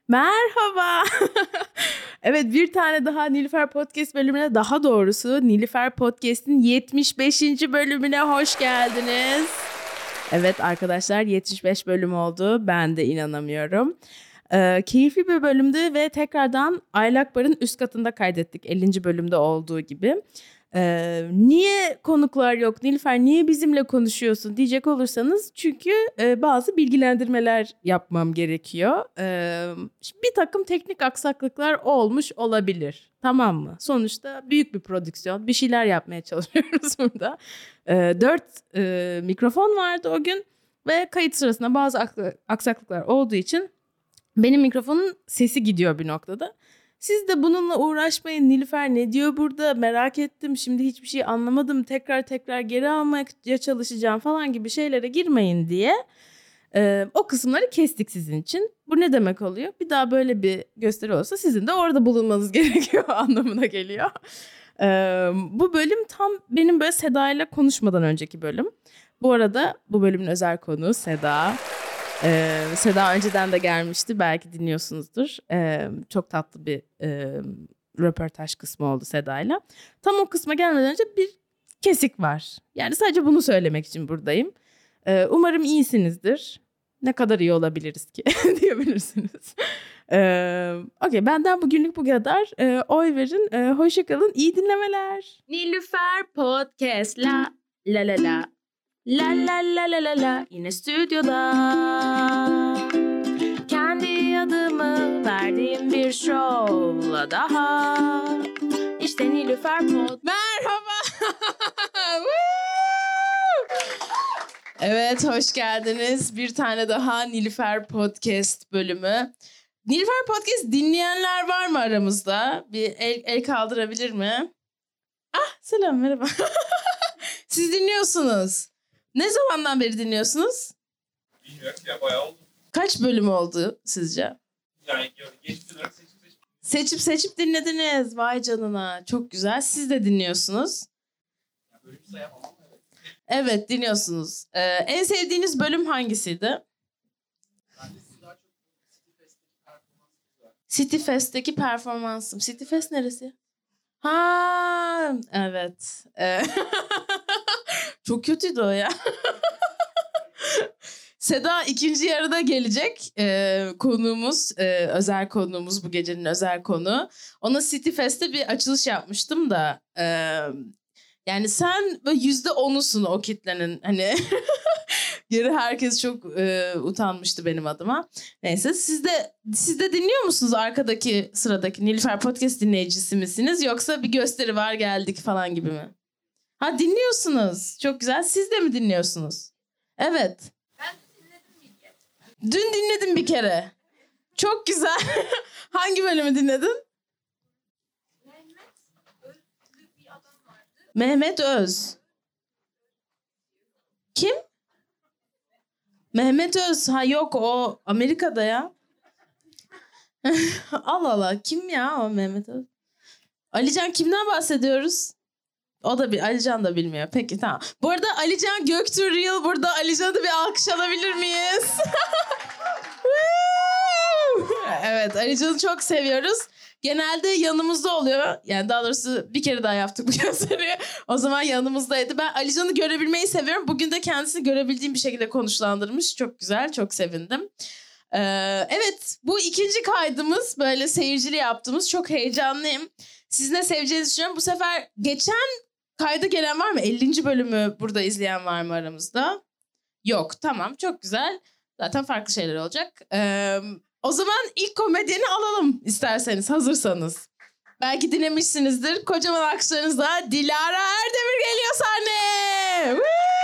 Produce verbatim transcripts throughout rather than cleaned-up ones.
Merhaba. Evet, bir tane daha Nilüfer Podcast bölümüne, daha doğrusu Nilüfer Podcast'in yetmiş beşinci bölümüne hoş geldiniz. Evet arkadaşlar, yetmiş beş bölüm oldu. Ben de inanamıyorum. Ee, keyifli bir bölümdü ve tekrardan Aylak Bar'ın üst katında kaydettik ellinci bölümde olduğu gibi. Ee, niye konuklar yok Nilüfer, niye bizimle konuşuyorsun diyecek olursanız, çünkü e, bazı bilgilendirmeler yapmam gerekiyor. Ee, bir takım teknik aksaklıklar olmuş olabilir, tamam mı? Sonuçta büyük bir prodüksiyon, bir şeyler yapmaya çalışıyoruz burada. Ee, dört e, mikrofon vardı o gün ve kayıt sırasında bazı aksaklıklar olduğu için benim mikrofonun sesi gidiyor bir noktada. Siz de bununla uğraşmayın, Nilüfer ne diyor burada, merak ettim, şimdi hiçbir şey anlamadım, tekrar tekrar geri almaya çalışacağım falan gibi şeylere girmeyin diye e, o kısımları kestik sizin için. Bu ne demek oluyor? Bir daha böyle bir gösteri olsa sizin de orada bulunmanız gerekiyor anlamına geliyor. E, bu bölüm tam benim böyle Seda ile konuşmadan önceki bölüm. Bu arada bu bölümün özel konuğu Seda. Ee, Seda önceden de gelmişti, belki dinliyorsunuzdur. Ee, çok tatlı bir e, röportaj kısmı oldu Seda'yla. Tam o kısma gelmeden önce bir kesik var. Yani sadece bunu söylemek için buradayım. Ee, umarım iyisinizdir. Ne kadar iyi olabiliriz ki diyebilirsiniz. Ee, Okey, benden bugünlük bu kadar. Ee, oy verin. Ee, hoşça kalın. İyi dinlemeler. Nilüfer Podcast la la la la. La la la la la la, yine stüdyoda. Kendi adımı verdiğim bir şovla daha. İşte Nilüfer Pod. Merhaba. Evet, hoş geldiniz. Bir tane daha Nilüfer Podcast bölümü. Nilüfer Podcast dinleyenler var mı aramızda? Bir el, el kaldırabilir mi? Ah, selam, merhaba. Siz dinliyorsunuz. Ne zamandan beri dinliyorsunuz? Bilmiyorum ya, bayağı oldu. Kaç bölüm oldu sizce? Yani geçti olarak seçip seçip. Seçip seçip dinlediniz. Vay canına. Çok güzel. Siz de dinliyorsunuz. Ya bölümü sayamam ama evet. Evet, dinliyorsunuz. Ee, en sevdiğiniz bölüm hangisiydi? Ben de sizi daha çok City Fest'teki performansınız var. City Fest'teki performansım. City Fest neresi? Ha, evet. Ee, Çok kötüydü o ya. Seda ikinci yarıda gelecek. Ee, konuğumuz, e, özel konuğumuz, bu gecenin özel konuğu. Ona City Fest'te bir açılış yapmıştım da. E, yani sen böyle yüzde onusun o kitlenin. Hani geri herkes çok e, utanmıştı benim adıma. Neyse, siz de siz de dinliyor musunuz arkadaki sıradaki Nilüfer Podcast dinleyicisi misiniz? Yoksa bir gösteri var geldik falan gibi mi? Ha, dinliyorsunuz. Çok güzel. Siz de mi dinliyorsunuz? Evet. Ben dinledim bir kere. Dün dinledim bir kere. Çok güzel. Hangi bölümü dinledin? Mehmet Özlü bir adam vardı. Mehmet Öz. Kim? Mehmet Öz. Ha yok, o Amerika'da ya. Allah Allah. Kim ya o Mehmet Öz? Alican, kimden bahsediyoruz? O da bir, Alican da bilmiyor. Peki, tamam. Bu arada Alican Göktuğ Real burada. Alican'a da bir alkış alabilir miyiz? Evet, Alican'ı çok seviyoruz. Genelde yanımızda oluyor. Yani daha doğrusu bir kere daha yaptık bu gösteriyi. O zaman yanımızdaydı. Ben Alican'ı görebilmeyi seviyorum. Bugün de kendisini görebildiğim bir şekilde konuşlandırmış. Çok güzel, çok sevindim. Ee, evet, bu ikinci kaydımız, böyle seyircili yaptığımız. Çok heyecanlıyım. Sizin de seveceğinizi düşünüyorum. Bu sefer geçen kayda gelen var mı? ellinci bölümü burada izleyen var mı aramızda? Yok, tamam, çok güzel. Zaten farklı şeyler olacak. Ee, o zaman ilk komedyeni alalım isterseniz, hazırsanız. Belki dinlemişsinizdir. Kocaman alkışlarınızla Dilara Erdemir geliyor sahneye.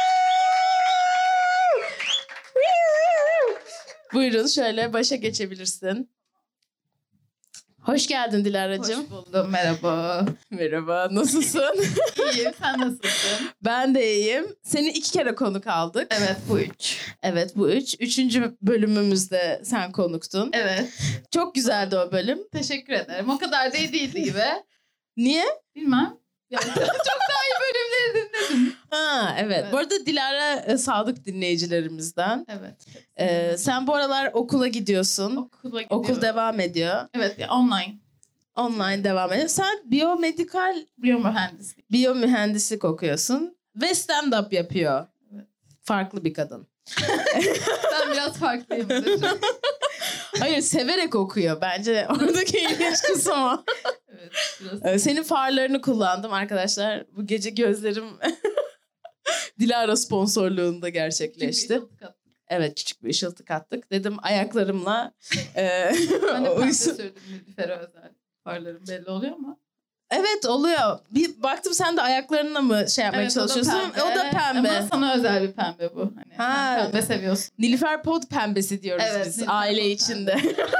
Buyurun, şöyle başa geçebilirsin. Hoş geldin Dilara'cığım. Hoş buldum, merhaba. Merhaba, nasılsın? İyiyim, sen nasılsın? Ben de iyiyim. Seni iki kere konuk aldık. Evet, bu üç. Evet, bu üç. Üçüncü bölümümüzde sen konuktun. Evet, Çok güzeldi o bölüm. teşekkür ederim. O kadar da iyi değildi gibi. Niye? Bilmem. Yani çok daha iyi bölümleri dinledim. Ha, evet. Evet. Bu arada Dilara e, sadık dinleyicilerimizden. Evet. Ee, sen bu aralar okula gidiyorsun. Okula gidiyorum. Okul devam ediyor. Evet ya, online. Online devam ediyor. Sen biyomedikal Biyomühendislik. biyomühendislik okuyorsun. Ve stand-up yapıyor. Evet. Farklı bir kadın. Ben biraz farklıyım. Hayır, severek okuyor. Bence oradaki ilginç kısım o. Evet. Biraz. Ee, Senin farlarını kullandım arkadaşlar. Bu gece gözlerim Dilara sponsorluğunda gerçekleşti. Çünkü ışıltı kattım. Evet, küçük bir ışıltı kattık. Dedim ayaklarımla e, Ben de pembe uysun. sürdüm Nilüfer'e özel. Farlarım belli oluyor mu? Evet, oluyor. Bir baktım sen de ayaklarınla mı şey yapmaya Evet, o da çalışıyorsun? pembe. O da pembe. Ama sana özel bir pembe bu. Hani Ha. sen pembe seviyorsun. Nilüfer Pod pembesi diyoruz Evet, biz Nilüfer aile Pod içinde.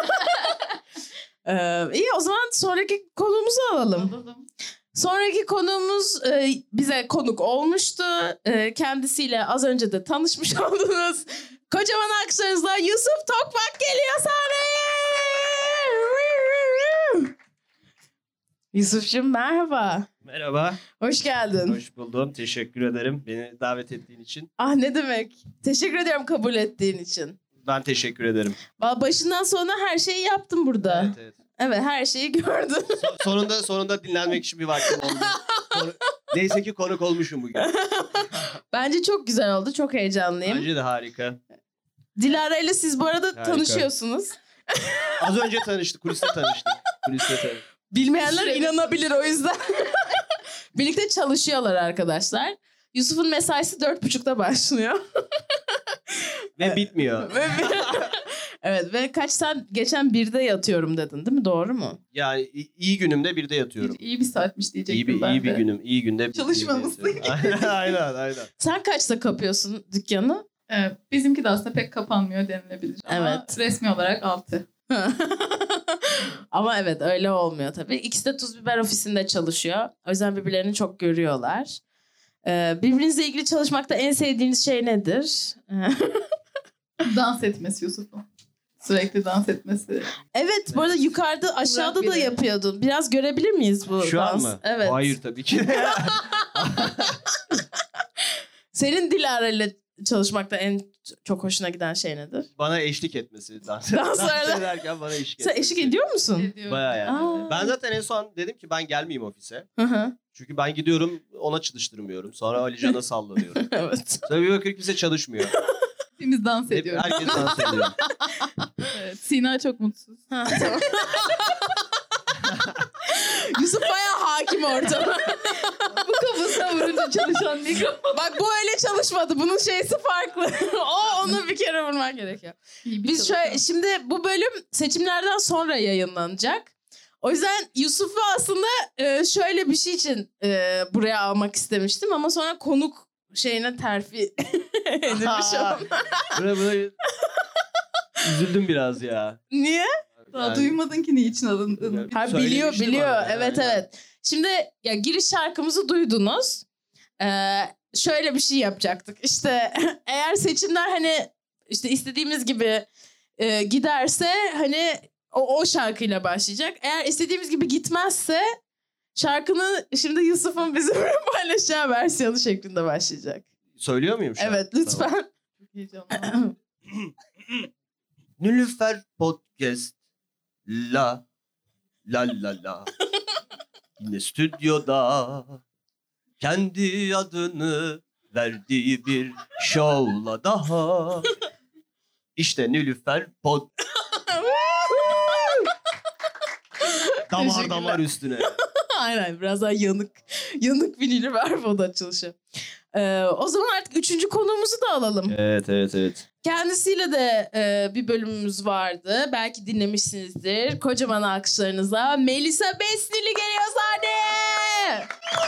ee, iyi, o zaman sonraki konuğumuzu alalım. Alalım. Sonraki konuğumuz e, bize konuk olmuştu. E, kendisiyle az önce de tanışmış oldunuz. Kocaman alkışlarınızla Yusuf Tokmak geliyor sahneye. Yusuf'cum merhaba. Merhaba, Hoş geldin. hoş buldum. Teşekkür ederim beni davet ettiğin için. Ah, ne demek. Teşekkür ediyorum kabul ettiğin için. Ben teşekkür ederim. Vallahi başından sonuna her şeyi yaptım burada. Evet, evet. Evet, her şeyi gördüm. So- sonunda sonunda dinlenmek için bir vaktim oldu. Konu- Neyse ki konuk olmuşum bugün. Bence çok güzel oldu. Çok heyecanlıyım. Bence de harika. Dilara ile siz bu arada Harika. tanışıyorsunuz. Az önce tanıştık, kuliste tanıştık. Kuliste tanıştık. Bilmeyenler inanabilir o yüzden. Birlikte çalışıyorlar arkadaşlar. Yusuf'un mesaisi dört buçukta başlıyor. Ve bitmiyor. Ve evet, ve kaç sen geçen birde yatıyorum dedin değil mi? Doğru mu? Yani i- iyi günümde birde yatıyorum. İyi bir saatmiş diyecektim İyi bir ben iyi bir de. günüm, iyi günde bir- Çalışmamışsın. birde yatıyorum. aynen, aynen. Sen kaçta kapıyorsun dükkanı? Evet, bizimki de aslında pek kapanmıyor denilebilir. Ama Evet. resmi olarak altı. Ama evet, öyle olmuyor tabii. İkisi de Tuz Biber ofisinde çalışıyor. O yüzden birbirlerini çok görüyorlar. Ee, birbirinizle ilgili çalışmakta en sevdiğiniz şey nedir? Dans etmesi Yusuf'un. Sürekli dans etmesi. Evet, bu arada yukarıda aşağıda da biri. yapıyordun. Biraz görebilir miyiz bu Şu an dans? mı? Evet. Hayır tabii ki. Senin Dilara ile çalışmakta en çok hoşuna giden şey nedir? Bana eşlik etmesi. Dans, Danslarda- dans ederken bana eşlik Sen etmesi. eşlik ediyor musun? Ediyorum. Bayağı yani. Aa. Ben zaten en son dedim ki ben gelmeyeyim ofise. Hı hı. Çünkü ben gidiyorum ona çalıştırmıyorum. Sonra Ali Can'a sallanıyorum. Evet. Sonra bir bakıyorum kimse çalışmıyor. Hepimiz dans Hep, ediyoruz. herkes dans ediyor. Evet, Sina çok mutsuz. Ha, tamam. Yusuf bayağı hakim ortama. Bu kafasına vurunca çalışan mikrofon. Bak, bu öyle çalışmadı. Bunun şeysi farklı. o onu bir kere vurman gerekiyor. İyi bir Biz çalışan. şöyle, şimdi bu bölüm seçimlerden sonra yayınlanacak. O yüzden Yusuf'u aslında e, şöyle bir şey için e, buraya almak istemiştim ama sonra konuk şeyine terfi edilmiş oldum. Buna, buna üzüldüm biraz ya. Niye? Daha Yani- duymadın ki niçin alındığını. Yani- Ha, biliyor Söylemişti biliyor. bana ya. Evet evet. Şimdi ya giriş şarkımızı duydunuz. Ee, şöyle bir şey yapacaktık. İşte eğer seçimler hani işte istediğimiz gibi e, giderse hani o, o şarkıyla başlayacak. Eğer istediğimiz gibi gitmezse şarkının şimdi Yusuf'un bizimle paylaşacağı versiyonu şeklinde başlayacak. Söylüyor muyum şu an? Evet lütfen. Tamam. Çok heyecanlı. Nilüfer Podcast la la la la yine stüdyoda kendi adını verdiği bir şovla daha işte Nilüfer Pod damar Teşekkürler. damar üstüne. Aynen, biraz daha yanık yanık bir Nilüfer Pod açılışı. Ee, o zaman artık üçüncü konuğumuzu da alalım. Evet evet evet. Kendisiyle de e, bir bölümümüz vardı. Belki dinlemişsinizdir. Kocaman alkışlarınıza Melisa Besnili geliyor sahneye.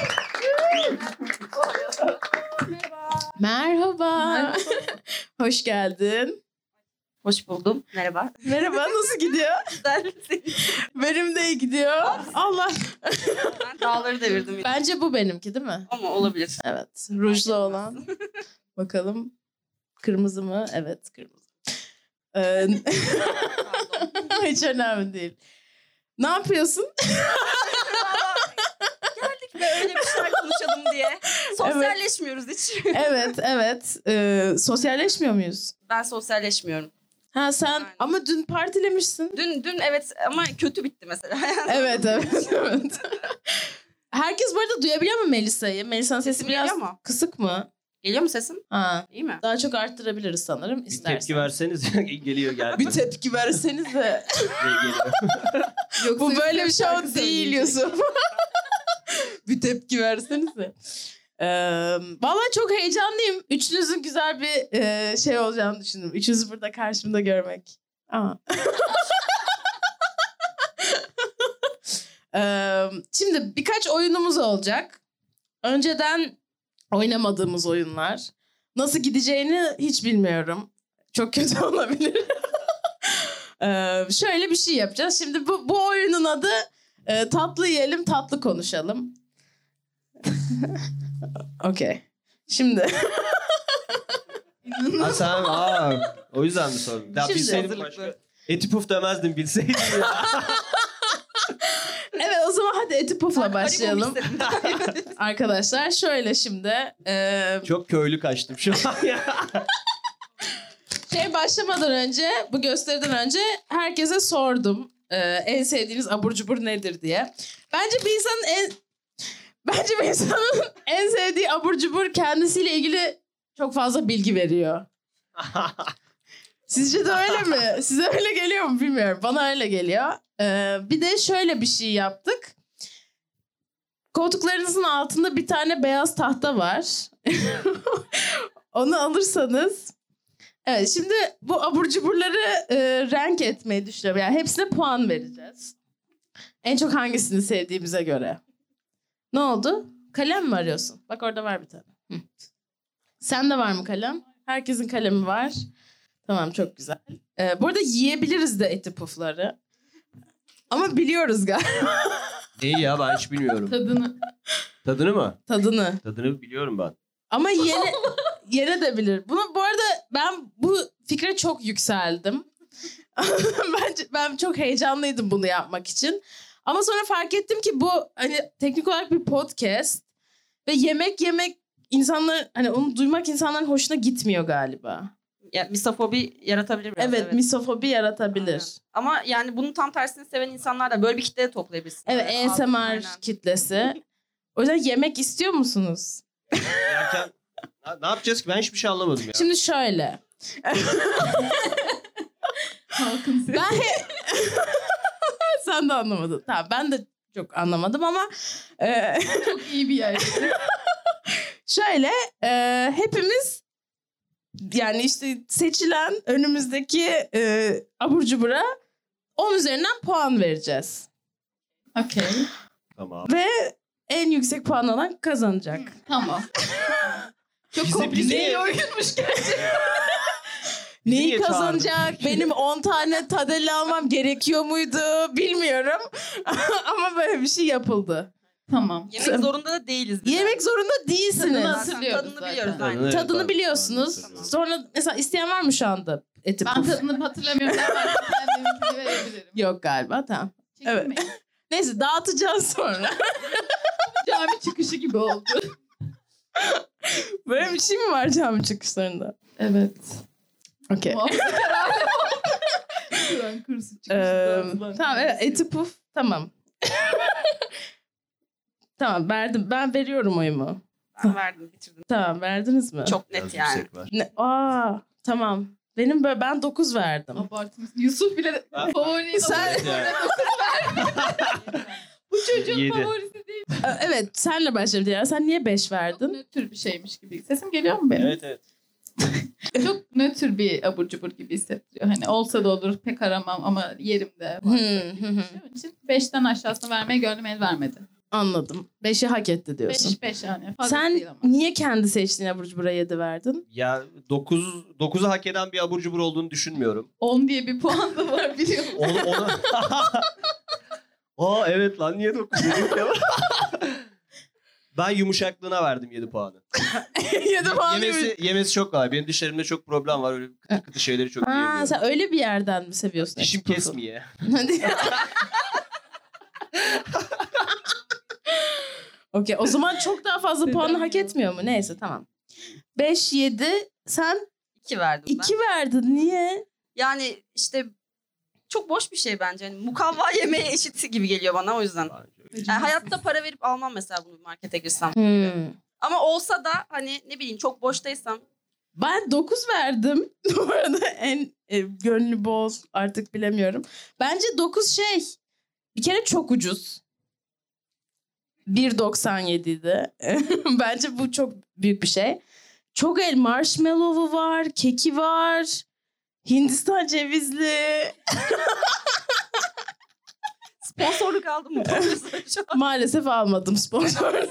Merhaba. Hoş geldin. Hoş buldum. Merhaba. Merhaba, nasıl gidiyor? Güzel. Benim de iyi gidiyor. Allah. Ben dağları devirdim. Bence bu benimki değil mi? Ama olabilir. Evet. Rujlu olan. Bakalım. Kırmızı mı? Evet, kırmızı. Ee, hiç önemli değil. Ne yapıyorsun? Geldik ve öyle bir şeyler konuşalım başladım diye. Sosyalleşmiyoruz hiç. Evet, evet. Ee, sosyalleşmiyor muyuz? Ben sosyalleşmiyorum. Ha sen Aynen. ama dün partilemişsin. Dün dün evet ama kötü bitti mesela. Evet, evet, evet. Herkes bu arada duyabiliyor mu Melisa'yı? Melisa'nın sesi Sesim biraz geliyor mu? kısık mı? Geliyor mu sesim? Ha. İyi mi? Daha çok arttırabiliriz sanırım Bir istersen. tepki verseniz geliyor geldi. Bir tepki versenize. Geliyor. Bu böyle bir show değil Yusuf. Bir tepki versenize. Ee, vallahi çok heyecanlıyım. Üçünüzün güzel bir e, şey olacağını düşündüm. Üçünüzü burada karşımda görmek. Aa. Ee, şimdi birkaç oyunumuz olacak. Önceden oynamadığımız oyunlar. Nasıl gideceğini hiç bilmiyorum. Çok kötü olabilir. ee, şöyle bir şey yapacağız. Şimdi bu, bu oyunun adı e, tatlı yiyelim, tatlı konuşalım. Okey. Şimdi. Ha sen aa, o yüzden mi sordun? Ya Şimdi bilseydim hazırlıklı. başka. Eti puf demezdim bilseydim ya. Evet o zaman hadi eti pufla başlayalım. Haribo istedim. Arkadaşlar şöyle şimdi. E, Çok köylü kaçtım şu an ya. şey başlamadan önce, bu gösteriden önce herkese sordum. E, en sevdiğiniz abur cubur nedir diye. Bence bir insanın en Bence bir insanın en sevdiği abur cubur kendisiyle ilgili çok fazla bilgi veriyor. Sizce de öyle mi? Size öyle geliyor mu bilmiyorum. Bana öyle geliyor. Ee, bir de şöyle bir şey yaptık. Koltuklarınızın altında bir tane beyaz tahta var. Onu alırsanız... Evet şimdi bu abur cuburları e, rank etmeyi düşünüyorum. Yani hepsine puan vereceğiz. En çok hangisini sevdiğimize göre. Ne oldu? Kalem mi arıyorsun? Bak orada var bir tane. Hı. Sende var mı kalem? Herkesin kalemi var. Tamam çok güzel. Ee, bu arada yiyebiliriz de eti pufları. Ama biliyoruz galiba İyi ya ben hiç bilmiyorum. Tadını. Tadını mı? tadını. Tadını biliyorum ben. Ama yene, yene de bilir. Bunu bu arada ben bu fikre çok yükseldim. Bence ben çok heyecanlıydım bunu yapmak için. Ama sonra fark ettim ki bu hani teknik olarak bir podcast ve yemek yemek insanlar hani onu duymak insanların hoşuna gitmiyor galiba. Ya, misofobi yaratabilir biraz. Evet, misofobi yaratabilir. Aynen. Ama yani bunun tam tersini seven insanlar da böyle bir kitle de toplayabilirsin. Evet, Yani A S M R aynen. kitlesi. O yüzden yemek istiyor musunuz? Yerken ne, ne yapacağız ki? Ben hiçbir şey anlamadım ya. Şimdi şöyle. Halkın sesi. Ben sen de anlamadın. Tamam, ben de çok anlamadım ama e, Çok iyi bir yer. şöyle e, hepimiz yani işte seçilen önümüzdeki e, abur cubura on üzerinden puan vereceğiz. Okey. Tamam. Ve en yüksek puan alan kazanacak. Tamam. Çok Bizi- komplike bizi- bir oyunmuş gerçekten. Bizi Neyi niye kazanacak? Benim on tane tadelle almam gerekiyor muydu? Bilmiyorum. Ama böyle bir şey yapıldı. Tamam. Yemek zorunda da değiliz. biz. Yemek zorunda değilsiniz. Tadını Zaten hatırlıyoruz Tadını zaten. biliyoruz aynen. Tadını- Tadını Evet, biliyorsunuz. ben- ben Sonra mesela isteyen var mı şu anda eti Ben puf? tadını hatırlamıyorum. Ben kendiminkini verebilirim. Yok galiba, tamam. Evet. Çekinmeyin. Neyse dağıtacağız sonra. Cami çıkışı gibi oldu. Böyle bir şey mi var cami çıkışlarında? Evet. Okey. Muhafazakar alem oldu. Kur'an kursu çıkışı. Ee, dağıtılan tamam evet, birisi. eti puf tamam. Tamam verdim. Ben veriyorum oyumu. Ben verdim bitirdim. Tamam verdiniz mi? Çok Biraz net yani. yüksek var. Ne? Aa tamam. Benim böyle ben dokuz verdim. Abartmışsın. Yusuf bile Ha? favori. Sen- Evet yani. Bu çocuğun Yedi. favorisi değil. Ee, Evet senle başlayalım Dilara. Sen niye beş verdin? Nötr bir şeymiş gibi. Sesim geliyor mu benim? Evet evet. Çok nötr bir abur cubur gibi hissettiriyor. Hani olsa da olur pek aramam ama yerim de. Hı, hı, hı. Onun için beşten aşağısına vermeye gönlüm el vermedi. Anladım. beşi hak etti diyorsun. Beş, beş yani. Fazla Sen değil ama. niye kendi seçtiğin abur cubura yedi verdin? Ya dokuz dokuzu hak eden bir abur cubur olduğunu düşünmüyorum. on diye bir puan da var biliyor musun? Onu, onu... Aa evet lan niye dokuz dedik ya? Ben yumuşaklığına verdim yedi puanı. yedi puan Yemesi, yemesi çok kolay. Benim dişlerimde çok problem var. Öyle kıtır kıtır şeyleri çok Ha, yiyemiyorum. sen öyle bir yerden mi seviyorsun? Dişim eti pufu? kesmiyor. Hadi. Okey, o zaman çok daha fazla puanı hak etmiyor mu? Neyse, tamam. beş, yedi, sen İki verdim ben. iki verdin. Niye? Yani işte çok boş bir şey bence. Yani mukavva yemeğe eşit gibi geliyor bana o yüzden. Yani hayatta para verip almam mesela bunu markete girsem. Hmm. Ama olsa da hani ne bileyim çok boştaysam. Ben dokuz verdim. Bu arada en e, gönlü bol, artık bilemiyorum. Bence dokuz şey, bir kere çok ucuz. bir doksan yediydi. Bence bu çok büyük bir şey. Çok el marshmallow'u var, keki var. Hindistan cevizli. Sponsorluk aldım mı? Maalesef almadım sponsorluk.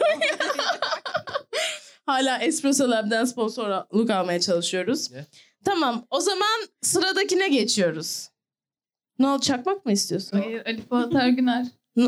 Hala Espresso Lab'den sponsorluk almaya çalışıyoruz. Ne? Tamam, o zaman sıradakine geçiyoruz. Ne oldu, çakmak mı istiyorsun? Hayır, Ali Fuat Ergüner.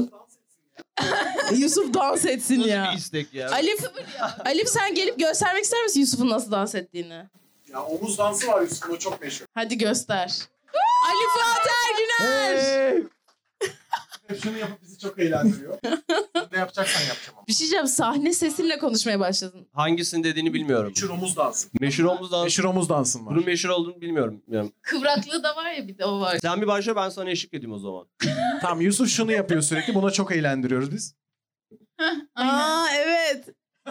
Yusuf dans etsin Nasıl ya. bir istek ya? Alif, Alif sen gelip göstermek ister misin Yusuf'un nasıl dans ettiğini? Ya omuz dansı var Yusuf'un, o çok meşhur. Hadi göster. Ali Fuat Ergüner. Hey! Hep şunu yapıp bizi çok eğlendiriyor. Ne yapacaksan yapacağım ama. Bir şey diyeceğim, sahne sesinle konuşmaya başladın. Hangisini dediğini bilmiyorum. Meşhur omuz dansı. Meşhur omuz dansı. Meşhur omuz dansın var. Bunun meşhur olduğunu bilmiyorum. Yani. Kıvraklığı da var ya, bir de o var. Sen bir başla, ben sana eşlik edeyim o zaman. Tamam, Yusuf şunu yapıyor sürekli. Buna çok eğlendiriyoruz biz. Aynen. Aa evet.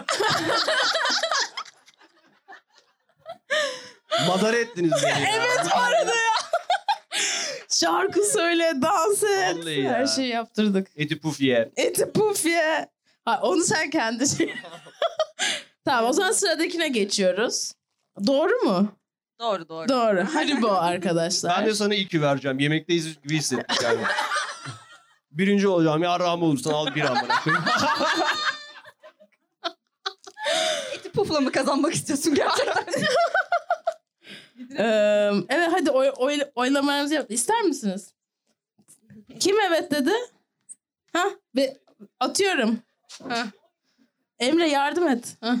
Madara ettiniz beni. Evet bu arada ya. Şarkı söyle, dans et. Vallahi ya. Her şeyi yaptırdık. Eti puf ye. Eti puf ye. Ha, onu sen kendi şey. Tamam, o zaman sıradakine geçiyoruz. Doğru mu? Doğru doğru. Doğru. Haribo arkadaşlar. Ben de sana iki vereceğim. Yemekteyiz gibi hissettik yani. Birinci olacağım. Ya rahmi olursan al bir amına koyayım. Eti pufla mı kazanmak istiyorsun gerçekten? Ee, evet, hadi oy, oy, oylamanızı yap. İster misiniz? Kim evet dedi? Ha, ve atıyorum. Ha. Emre yardım et. Ha.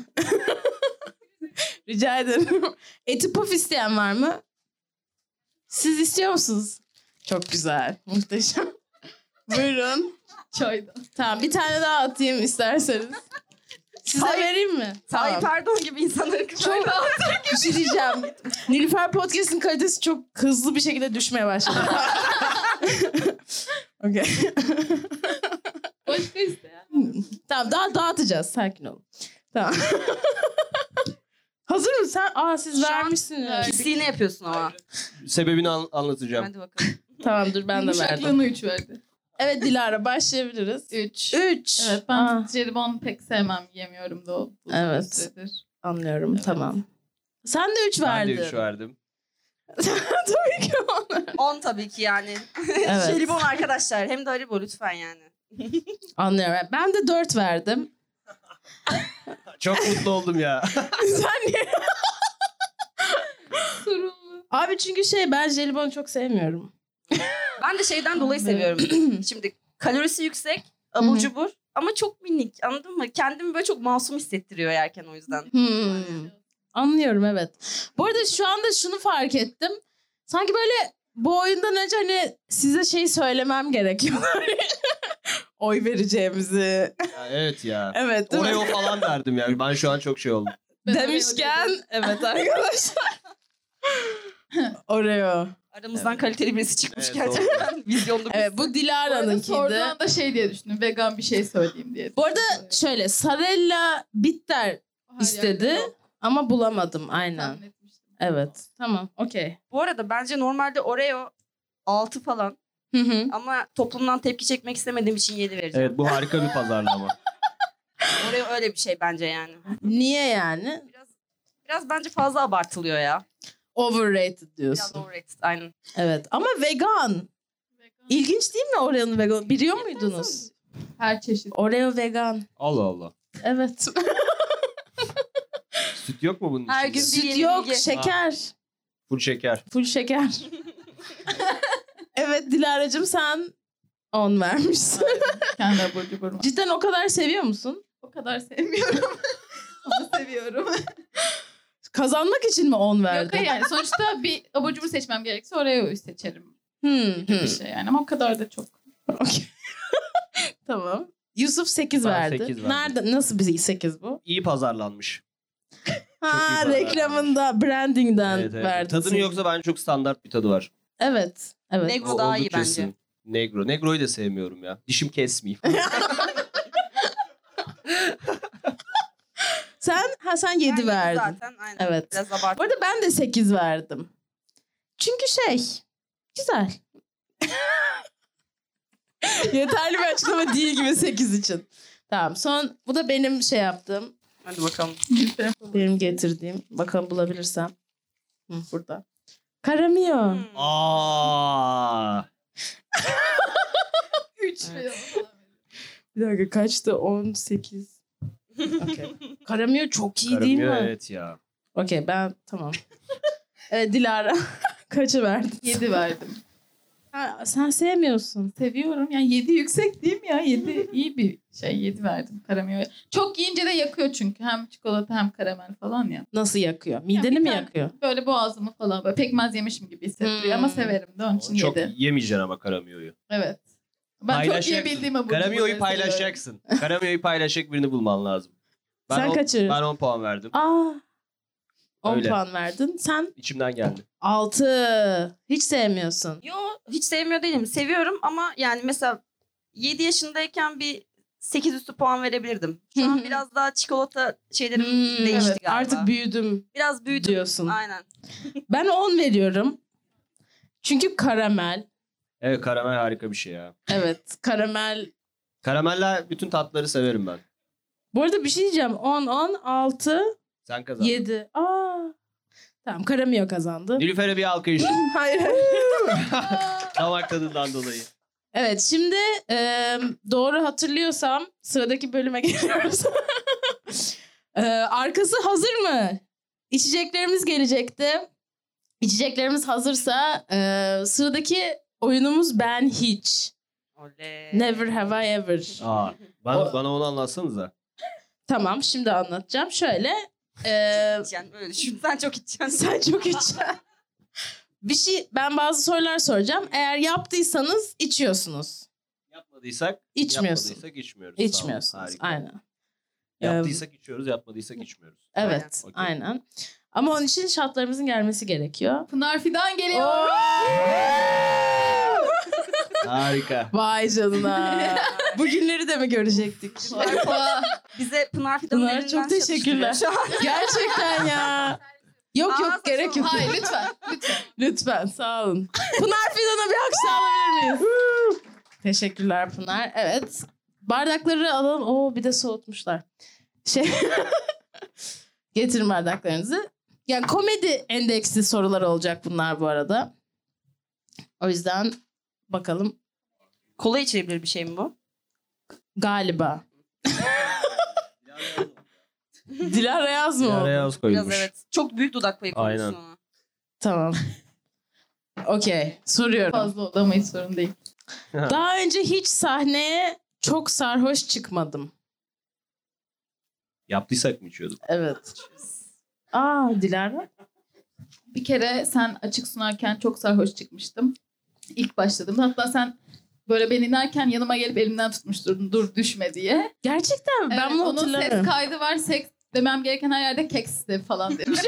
Rica ederim. Eti puf isteyen var mı? Siz istiyor musunuz? Çok güzel. Muhteşem. Buyurun. Çaydan. Tamam, bir tane daha atayım isterseniz. Size Tayyip- vereyim mi? Tayyip Erdoğan gibi insanları Çok bir şey diyeceğim. Nilüfer Podcast'in kalitesi çok hızlı bir şekilde düşmeye başladı. Okey. Başka isteyen. Tamam, daha dağıtacağız. Sakin olun. Tamam. Hazır mısın sen? Aa, siz Şu an vermişsiniz. pisliğini yapıyorsun ama. Sebebini an- anlatacağım. Hadi bakalım. Tamam, dur ben de verdim. Yumuşaklığını üç verdi. Evet Dilara, başlayabiliriz. Üç. Üç. Evet, ben Aa, jelibon pek sevmem. Yemiyorum da o. uzun Evet. süredir. anlıyorum, Evet. tamam. Sen de üç Ben verdin. de üç verdim. Tabii ki onlar. On tabii ki yani. Evet. Jelibon arkadaşlar. Hem de Haribo lütfen yani. Anlıyorum. Ben de dört verdim. Çok mutlu oldum ya. Sen niye? Sorumlu. Abi çünkü şey, ben jelibonu çok sevmiyorum. Ben de şeyden dolayı seviyorum. Şimdi kalorisi yüksek, abur cubur ama çok minik, anladın mı? Kendimi böyle çok masum hissettiriyor yerken o yüzden. Hmm. Anlıyorum, evet. Bu arada şu anda şunu fark ettim. Sanki böyle bu oyundan önce hani size şey söylemem gerekiyor. Oy vereceğimizi. Ya evet ya. Evet, değil mi? Oreo falan derdim yani. Ben şu an çok şey oldum. Ben Demişken evet arkadaşlar. Oreo. Aramızdan Evet. kaliteli birisi çıkmış Evet, gerçekten. Vizyonlu birisi. Evet, bu Sorduğu Dilara'nınkiydi. anda şey diye düşündüm. Vegan bir şey söyleyeyim diye. Bu arada şöyle, Sarella bitter Her istedi yerde yok. ama bulamadım aynen. Tahmin etmiştim. Evet, tamam, okey. Bu arada bence normalde Oreo altı falan Hı hı. ama toplumdan tepki çekmek istemediğim için yedi vereceğim. Evet, bu harika bir pazarlama. Oreo öyle bir şey bence yani. Niye yani? Biraz biraz bence fazla abartılıyor ya. Overrated Biraz diyorsun. overrated aynen. Evet, ama vegan. Vegan. İlginç değil mi Oreo'nun vegan? Biliyor muydunuz? Her çeşit. Oreo vegan. Allah Allah. Evet. Süt yok mu bunun Her içinde? gün- Süt yeni yok, bilgi. şeker. Full şeker. Full şeker. Evet Dilara'cığım, sen on vermişsin. Kendi abur cuburum. Cidden o kadar seviyor musun? O kadar sevmiyorum. Ama seviyorum. Kazanmak için mi on Yok verdin? hayır, yani sonuçta bir abur cubur seçmem gerekse Oreo'yu seçerim Hmm, gibi hmm. bir şey yani. Ama o kadar da çok. Okey. Tamam. Yusuf sekiz Ben verdi. sekiz verdim. Nerede? Nasıl bir sekiz bu? İyi pazarlanmış. Ha, iyi reklamında, brandingden Evet, evet. verdi. Tadını yoksa bence çok standart bir tadı var. Evet. Evet. Negro O daha iyi oldukça bence. sim. Negro. Negro'yu da sevmiyorum ya. Dişim kesmeyeyim. Sen ha sen yedi Ben verdin. Zaten aynen. Evet. Biraz Bu abarttım. arada ben de sekiz verdim. Çünkü şey güzel. Yeterli bir açıklama değil gibi sekiz için. Tamam, son bu da benim şey yaptığım, Hadi bakalım. benim getirdiğim. Bakalım bulabilirsem. Hı, burada. Karamio. Hmm. Aa. Üç Evet. falan. Bir dakika kaçtı? on sekiz. Okay. Karamio çok iyi değil mi? Karamıyor, evet ya. Okey, ben tamam. Evet, Dilara. Kaça verdin? Yedi verdim. Ha, sen sevmiyorsun. Seviyorum. Yani yedi yüksek değil mi ya? Yedi iyi bir şey. Yedi verdim karamioya. Çok yiyince de yakıyor çünkü. Hem çikolata hem karamel falan ya. Nasıl yakıyor? Mideni bir mi tane- yakıyor? Böyle boğazımı falan böyle pekmez yemişim gibi hissettiriyor Hmm. ama severim de onun için Çok yedi. yemeyeceksin ama karamiyoyu. Evet. Ben çok Paylaşacaksın. yiyebildiğim abur Karamiyoyu cuburları seviyorum. paylaşacaksın. Karamiyoyu paylaşacak birini bulman lazım. Ben Sen on- kaçı? Ben on puan verdim. Aa. on Öyle. puan verdin. Sen İçimden geldi. altı. Hiç sevmiyorsun. Yo hiç sevmiyor değilim. Seviyorum ama yani mesela yedi yaşındayken bir sekiz üstü puan verebilirdim. Şu an biraz daha çikolata şeylerim Hmm, değişti evet, galiba. artık büyüdüm Biraz büyüdüm. diyorsun. Aynen. Ben on veriyorum. Çünkü karamel. Evet, karamel harika bir şey ya. Evet, karamel. Karamelle bütün tatları severim ben. Bu arada bir şey diyeceğim. on, on, altı, Sen kazandın. yedi. Aa. Tamam, Karamio kazandı. Nilüfer'e bir alkış. Hayır. Damak tadından dolayı. Evet, şimdi e, doğru hatırlıyorsam sıradaki bölüme geliyoruz. e, arkası hazır mı? İçeceklerimiz gelecekti. İçeceklerimiz hazırsa e, sıradaki oyunumuz Ben Hiç. Oley. Never have I ever. Aa, bana, O- bana onu anlatsanıza. Tamam, şimdi anlatacağım. Şöyle. E, İçeceksin, öyle düşün. Sen çok içeceksin. sen çok içeceksin. Bir şey, ben bazı sorular soracağım. Eğer yaptıysanız içiyorsunuz. Yapmadıysak, İçmiyorsun. yapmadıysak içmiyoruz. Tamam, İçmiyorsunuz. harika. Aynen. Yaptıysak içiyoruz, yapmadıysak içmiyoruz. Evet, Okey. aynen. Ama onun için şartlarımızın gelmesi gerekiyor. Pınar Fidan geliyor. Harika. Vay canına. Bugünleri de mi görecektik? Harika. Bize Pınar Fidan'ın Pınar, elinden çok teşekkürler. çatıştırıyor şu an. Gerçekten ya. Yok Aa, yok, gerek yok. Hayır lütfen. Lütfen. Lütfen, sağ olun. Pınar Fidan'a bir alkış alabilir miyiz? Teşekkürler Pınar. Evet. Bardakları alalım. Oo, bir de soğutmuşlar. Şey Getirin bardaklarınızı. Yani komedi endeksli sorular olacak bunlar bu arada. O yüzden bakalım. Kola içilebilir bir şey mi bu? Galiba. Dilara yaz mı? Dilara o? yaz koymuş. Biraz evet. Çok büyük dudak payı koymuşsun Aynen. ona. Tamam. Okey. Soruyorum. Fazla oldu ama hiç sorun değil. Daha önce hiç sahneye çok sarhoş çıkmadım. Yaptıysak mı içiyorduk? Evet. Aa, Dilara. Bir kere sen açık sunarken çok sarhoş çıkmıştım. İlk başladım. Hatta sen böyle ben inerken yanıma gelip elimden tutmuştun dur düşme diye. Gerçekten mi? Ben Evet, bunu onun hatırlamıyorum. ses kaydı var. Seks demem gereken her yerde keks de falan demişim.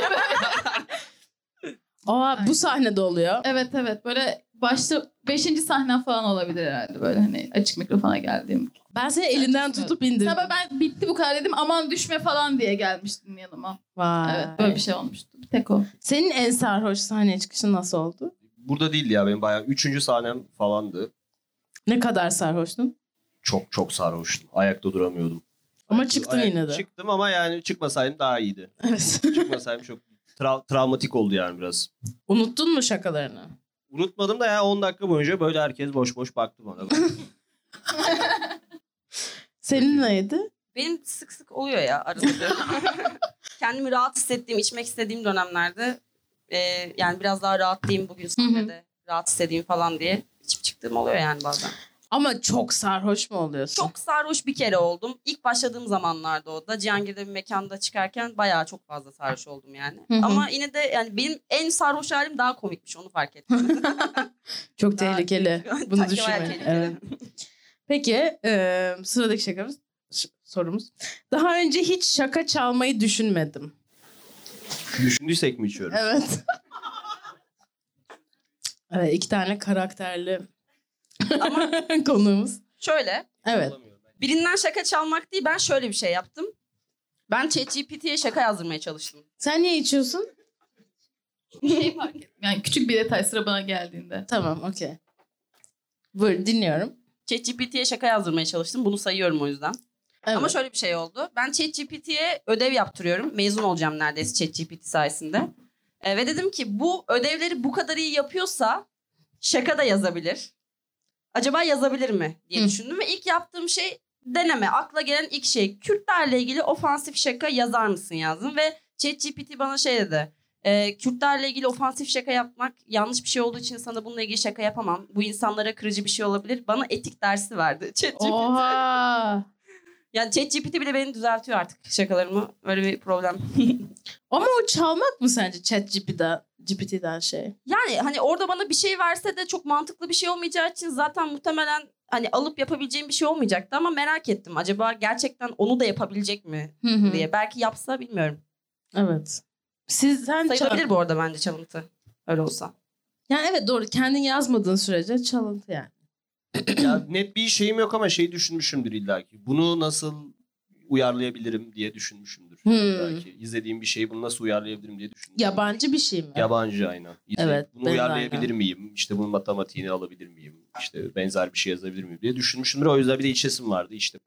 Aa, bu sahnede oluyor. Evet evet böyle başta beşinci sahnem falan olabilir herhalde böyle hani açık mikrofona geldiğim. Ben seni elinden tutup indirdim. Tabii ben bitti bu kadar dedim aman düşme falan diye gelmiştin yanıma. Vay. Evet böyle bir şey olmuştu. Bir tek o. Senin en sarhoş sahneye çıkışın nasıl oldu? Burada değildi ya, benim bayağı üçüncü sahnem falandı. Ne kadar sarhoştun? Çok çok sarhoştum. Ayakta duramıyordum. Ama çıktın Ayak- yine de. Çıktım ama yani çıkmasaydım daha iyiydi. Evet. Çıkmasaydım çok tra- travmatik oldu yani biraz. Unuttun mu şakalarını? Unutmadım da ya on dakika boyunca böyle herkes boş boş baktı bana. Senin neydi? Benim sık sık oluyor ya arada bir. Kendimi rahat hissettiğim, içmek istediğim dönemlerde e, yani biraz daha rahatlayayım bugün sahnede. Rahat hissedeyim falan diye içip çıktığım oluyor yani bazen. Ama çok sarhoş mu oluyorsun? Çok sarhoş bir kere oldum. İlk başladığım zamanlarda o da. Cihangir'de bir mekanda çıkarken bayağı çok fazla sarhoş oldum yani. Hı hı. Ama yine de yani benim en sarhoş halim daha komikmiş, onu fark ettim. Çok Daha- tehlikeli. Bunu Bayağı düşünmeyin. tehlikeli. Evet. Peki e, sıradaki şakamız, ş- sorumuz. Daha önce hiç şaka çalmayı düşünmedim. Düşündüysek mi içiyoruz? Evet. Evet, iki tane karakterli Ama konuğumuz. şöyle, Evet. birinden şaka çalmak değil, ben şöyle bir şey yaptım. Ben ChatGPT'ye şaka yazdırmaya çalıştım. Sen niye içiyorsun? Şey fark ettim. Yani küçük bir detay sıra bana geldiğinde. Tamam, okey. Buyur, dinliyorum. ChatGPT'ye şaka yazdırmaya çalıştım. Bunu sayıyorum o yüzden. Evet. Ama şöyle bir şey oldu. Ben ChatGPT'ye ödev yaptırıyorum. Mezun olacağım neredeyse ChatGPT sayesinde. E, ve dedim ki bu ödevleri bu kadar iyi yapıyorsa şaka da yazabilir. Acaba yazabilir mi diye Hı. düşündüm. Ve ilk yaptığım şey deneme. Akla gelen ilk şey Kürtlerle ilgili ofansif şaka yazar mısın yazdım. Ve ChatGPT bana şey dedi. E, Kürtlerle ilgili ofansif şaka yapmak yanlış bir şey olduğu için sana bununla ilgili şaka yapamam. Bu insanlara kırıcı bir şey olabilir. Bana etik dersi verdi ChatGPT. Oha. Yani ChatGPT bile beni düzeltiyor artık şakalarımı. Öyle bir problem. Ama o çalmak mı sence ChatGPT'den G P T'den şey? Yani hani orada bana bir şey verse de çok mantıklı bir şey olmayacağı için zaten muhtemelen hani alıp yapabileceğim bir şey olmayacaktı ama merak ettim. Acaba gerçekten onu da yapabilecek mi Hı hı. diye. Belki yapsa bilmiyorum. Evet. Siz sen Sayılabilir çal- bu arada bence çalıntı. Öyle olsa. Yani evet, doğru. Kendin yazmadığın sürece çalıntı yani. Ya net bir şeyim yok ama şey düşünmüşümdür illaki. Bunu nasıl uyarlayabilirim diye düşünmüşümdür. Hmm. Belki izlediğim bir şeyi bunu nasıl uyarlayabilirim diye düşünmüşümdür. Yabancı bir şey mi? Yabancı aynen. İzleyip Evet, bunu ben uyarlayabilir aynen. miyim? İşte bunun matematiğini alabilir miyim? İşte benzer bir şey yazabilir miyim diye düşünmüşümdür. O yüzden bir de içesim vardı işte.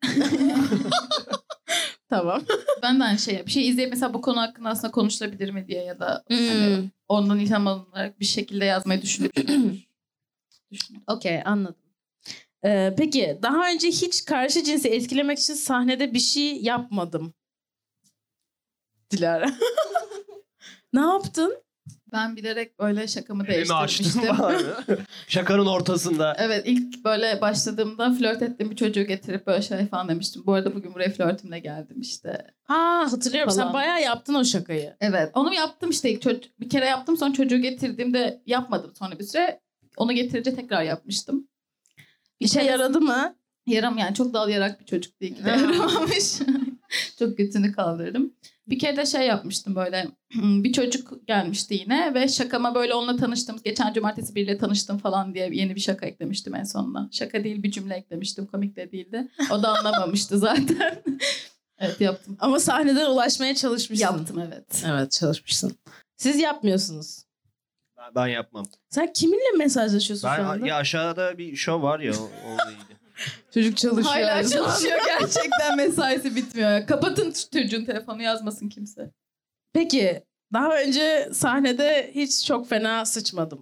Tamam. Ben de aynı şey. Bir şey izleyip mesela bu konu hakkında aslında konuşulabilir mi diye ya da Hmm. hani ondan ilham alınarak bir şekilde yazmayı düşünmüşüm. Düşündüm. Okey, anladım. Ee, peki daha önce hiç karşı cinsi etkilemek için sahnede bir şey yapmadım. Dilara. Ne yaptın? Ben bilerek böyle şakamı Elimi açtım değiştirmiştim. var mı? Şakanın ortasında. Evet, ilk böyle başladığımda flört ettiğim bir çocuğu getirip böyle şey falan demiştim. Bu arada bugün buraya flörtümle geldim işte. Ha, hatırlıyorum. Falan. Sen bayağı yaptın o şakayı. Evet, onu yaptım işte ilk çocuk, bir kere yaptım, sonra çocuğu getirdiğimde yapmadım sonra bir süre. Onu getirince tekrar yapmıştım. İşe keresinde- yaradı mı? Yaram yani çok dal yarak bir çocuk değil ki de Ha. yaramamış. Çok götünü kaldırdım. Bir kere de şey yapmıştım böyle bir çocuk gelmişti yine ve şakama böyle onunla tanıştım. Geçen cumartesi biriyle tanıştım falan diye yeni bir şaka eklemiştim en sonuna. Şaka değil bir cümle eklemiştim, komik de değildi. O da anlamamıştı zaten. Evet yaptım. Ama sahneden ulaşmaya çalışmışsın. Yaptım evet. Evet, çalışmışsın. Siz yapmıyorsunuz. Ben, ben yapmam. Sen kiminle mesajlaşıyorsun şu Ben, anda? ya aşağıda bir show var ya o- onunla ilgili. Çocuk çalışıyor. Hala her zaman. çalışıyor gerçekten, mesaisi bitmiyor. Ya. Kapatın çocuğun telefonu, yazmasın kimse. Peki daha önce sahnede hiç çok fena sıçmadım.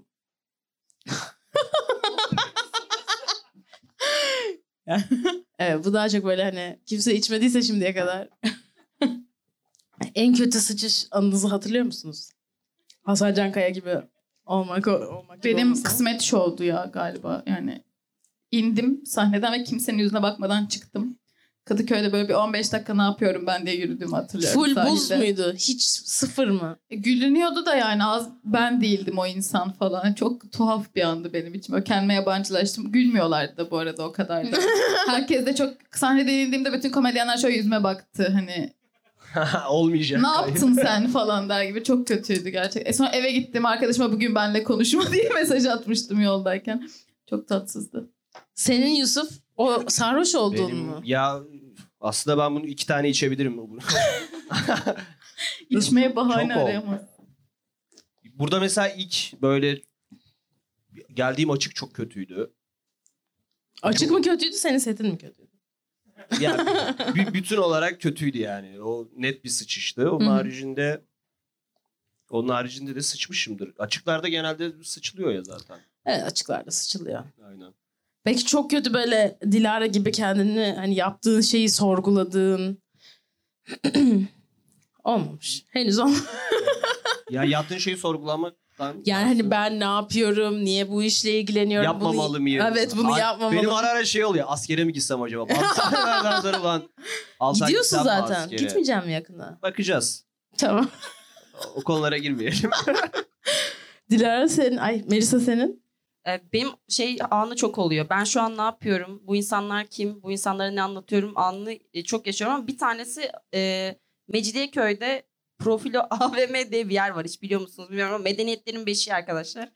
Evet, bu daha çok böyle hani kimse içmediyse şimdiye kadar. En kötü sıçış anınızı hatırlıyor musunuz? Hasan Can Kaya gibi olmak, olmak gibi Benim olmasın. kısmet şovdu ya galiba. Yani indim sahneden ve kimsenin yüzüne bakmadan çıktım. Kadıköy'de böyle bir on beş dakika ne yapıyorum ben diye yürüdüğümü hatırlıyorum. Full buz sahilde. muydu? Hiç sıfır mı? E, Gülünüyordu da yani az ben değildim o insan falan. Çok tuhaf bir andı benim için. Böyle kendime yabancılaştım. Gülmüyorlardı da bu arada o kadar da. Herkes de çok sahnede indiğimde bütün komedyenler şöyle yüzüme baktı. Hani Olmayacak. ne yaptın sen falan der gibi. Çok kötüydü gerçekten. E sonra eve gittim, arkadaşıma bugün benimle konuşma diye mesaj atmıştım yoldayken. Çok tatsızdı. Senin Yusuf o sarhoş olduğun Benim, mu? ya aslında ben bunu iki tane içebilirim. İçmeye bahane Çok oldu. arayamaz. Burada mesela ilk böyle geldiğim açık çok kötüydü. Açık mı kötüydü, senin setin mi kötüydü? Yani b- bütün olarak kötüydü yani. O net bir sıçıştı. Onun Hı hı. haricinde onun haricinde de sıçmışımdır. Açıklarda genelde sıçılıyor ya zaten. Evet, açıklarda sıçılıyor. Aynen. Peki çok kötü böyle Dilara gibi kendini hani yaptığın şeyi sorguladığın olmamış. Henüz olmamış. Ya yaptığın şeyi sorgulamaktan Yani hani ben ne yapıyorum, niye bu işle ilgileniyorum? yapmamalı bunu... mıyım? Evet, bunu Ay, yapmamalı. Benim ara ara şey oluyor. Askere mi gitsem acaba? Bazı sonra ulan. alsan Gidiyorsun gitsem mi zaten. askere? Gitmeyeceğim mi yakında? Bakacağız. Tamam. O konulara girmeyelim. Dilara senin, ay Melisa senin. e, benim şey anı çok oluyor. Ben şu an ne yapıyorum? Bu insanlar kim? Bu insanlara ne anlatıyorum? Anı e, çok yaşıyorum ama bir tanesi e, Mecidiyeköy'de Profilo A V M diye bir yer var. Hiç biliyor musunuz bilmiyorum ama medeniyetlerin beşiği arkadaşlar.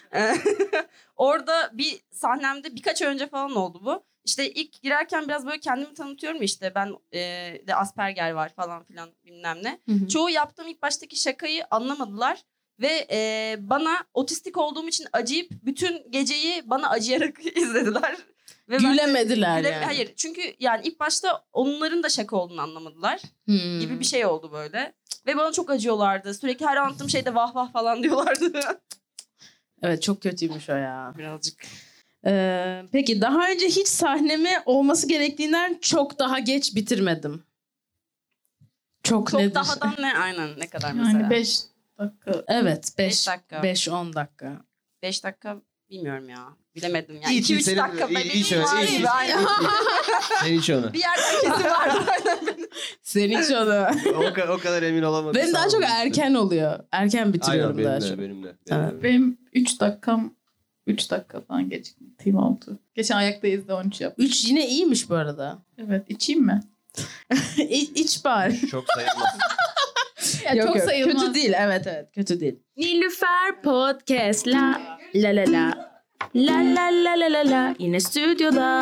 Orada bir sahnemde birkaç ay önce falan oldu bu. İşte ilk girerken biraz böyle kendimi tanıtıyorum işte ben e, de Asperger var falan filan bilmem ne. Hı hı. Çoğu yaptığım ilk baştaki şakayı anlamadılar ve e, bana otistik olduğum için acıyıp bütün geceyi bana acıyarak izlediler. Ve ben de Gülemediler güle- yani. Hayır çünkü yani ilk başta onların da şaka olduğunu anlamadılar Hmm. gibi bir şey oldu böyle. Ve bana çok acıyorlardı. Sürekli her anlattığım şeyde vah vah falan diyorlardı. Evet çok kötüymüş o ya. Birazcık. Ee, peki daha önce hiç sahnemi olması gerektiğinden çok daha geç bitirmedim. Çok, Çok nedir? dahadan ne? Aynen ne kadar mesela? Yani beş dakika. Evet Beş beş dakika. beş on dakika. beş dakika bilmiyorum ya. Bilemedim yani. İyi, iki üç senin- dakika. iyi- Benim iyi söyle, var iyi, gibi, iyi. aynen. Sen hiç onu. Bir yerden kesim vardı. Aynen. Senin hiç onu. o, ka- o kadar emin olamadım. Benim daha çok erken oluyor. Erken bitiriyorum Aynen daha benim çok. de, benim de. Evet. Benim de. Benim üç dakikam üç dakika falan geciktiğim oldu. Geçen ayaktayız da on üç yaptım. Üç yine iyiymiş bu arada. Evet, içeyim mi? İ- İç bari. Çok sayılmaz. Ya Yok, çok yok. sayılmaz. Kötü değil evet evet kötü değil. Nilüfer Podcast la la la la la la la la la la yine stüdyoda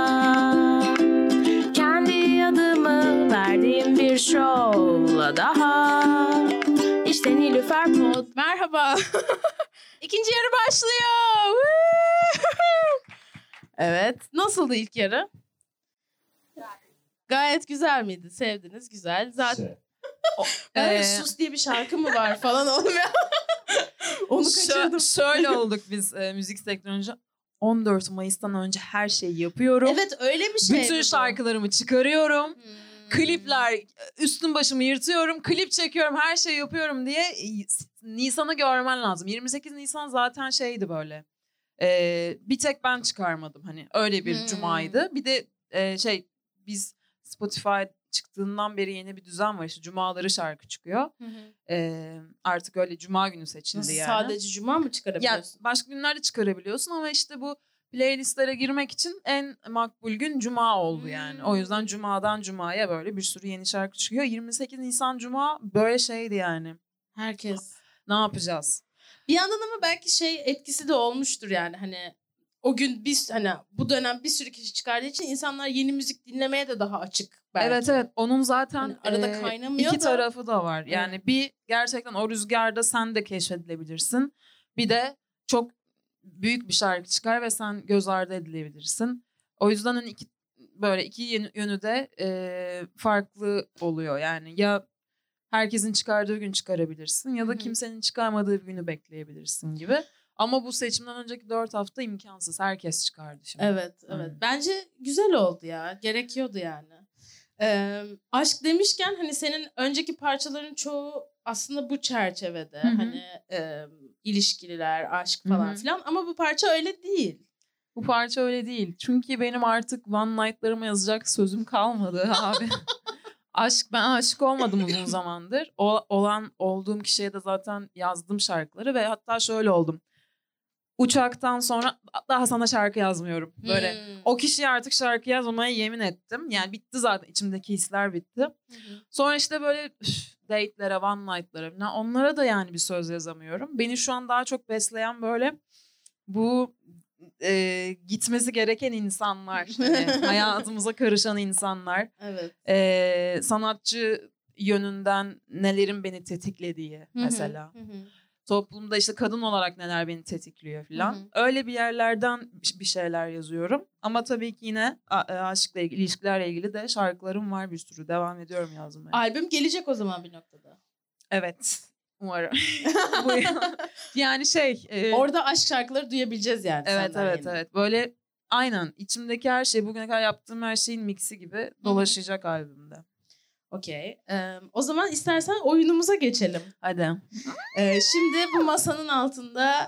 kendi adımı verdiğim bir şovla daha işte Nilüfer Pod. Merhaba. İkinci yarı başlıyor. Evet. Nasıldı ilk yarı? Gayet güzel miydi? Sevdiniz. Güzel. Zaten Ee, Ee, Sus diye bir şarkı mı var falan oğlum ya. Onu kaçırdım. Şö- şöyle olduk biz e, müzik sektörünce. on dört Mayıs'tan önce her şeyi yapıyorum. Evet öyle bir şey. Bütün şarkılarımı çıkarıyorum. Klipler, üstüm başımı yırtıyorum. Klip çekiyorum, her şeyi yapıyorum diye e, Nisan'ı görmen lazım. yirmi sekiz Nisan zaten şeydi böyle. E, bir tek ben çıkarmadım hani. Öyle bir Hmm. cumaydı. Bir de e, şey biz Spotify çıktığından beri yeni bir düzen var. İşte cumaları şarkı çıkıyor. E, artık öyle cuma günü seçildi Nasıl yani. sadece cuma mı Ya çıkarabiliyorsun? başka günlerde çıkarabiliyorsun ama işte bu playlistlere girmek için en makbul gün cuma oldu yani. Hmm. O yüzden cumadan cumaya böyle bir sürü yeni şarkı çıkıyor. yirmi sekiz Nisan cuma böyle şeydi yani. Herkes. Ne yapacağız? Bir yandan ama belki şey etkisi de olmuştur yani hani o gün biz hani bu dönem bir sürü kişi çıkardığı için insanlar yeni müzik dinlemeye de daha açık belki. Evet evet onun zaten Hani arada e, kaynamıyor iki da. tarafı da var. Yani bir gerçekten o rüzgarda sen de keşfedilebilirsin. Bir de çok büyük bir şarkı çıkar ve sen göz ardı edilebilirsin. O yüzden hani iki böyle iki yönü, yönü de e, farklı oluyor. Yani ya herkesin çıkardığı gün çıkarabilirsin ya da Hı hı. kimsenin çıkarmadığı bir günü bekleyebilirsin gibi. Ama bu seçimden önceki dört hafta imkansız. Herkes çıkardı şimdi. Evet, evet. Aynen. Bence güzel oldu ya. Gerekiyordu yani. Ee, aşk demişken hani senin önceki parçaların çoğu aslında bu çerçevede. Hı hı. Hani e, ilişkiler, aşk falan Hı hı. filan ama bu parça öyle değil. Bu parça öyle değil. Çünkü benim artık one night'larıma yazacak sözüm kalmadı abi. Aşk ben aşık olmadım uzun zamandır. O, olan olduğum kişiye de zaten yazdım şarkıları ve hatta şöyle oldum. Uçaktan sonra daha sana şarkı yazmıyorum. Böyle Hmm. o kişiye artık şarkı yazmamaya yemin ettim. Yani bitti zaten içimdeki hisler bitti. Sonra işte böyle üf, date'lere, one night'lara falan onlara da yani bir söz yazamıyorum. Beni şu an daha çok besleyen böyle bu e, gitmesi gereken insanlar. Hani hayatımıza karışan insanlar. Evet. E, sanatçı yönünden nelerin beni tetiklediği Hı hı, mesela. hı hı. Toplumda işte kadın olarak neler beni tetikliyor falan. Hı hı. Öyle bir yerlerden bir şeyler yazıyorum. Ama tabii ki yine a- aşkla ilgili, ilişkilerle ilgili de şarkılarım var bir sürü. Devam ediyorum yazmaya. Albüm gelecek o zaman bir noktada. Evet. Umarım. Bu ya- yani şey. e, Orada aşk şarkıları duyabileceğiz yani. evet senden evet yine. evet. Böyle aynen içimdeki her şey bugüne kadar yaptığım her şeyin mixi gibi dolaşacak albümde. Okey. Ee, o zaman istersen oyunumuza geçelim. Hadi. Ee, şimdi bu masanın altında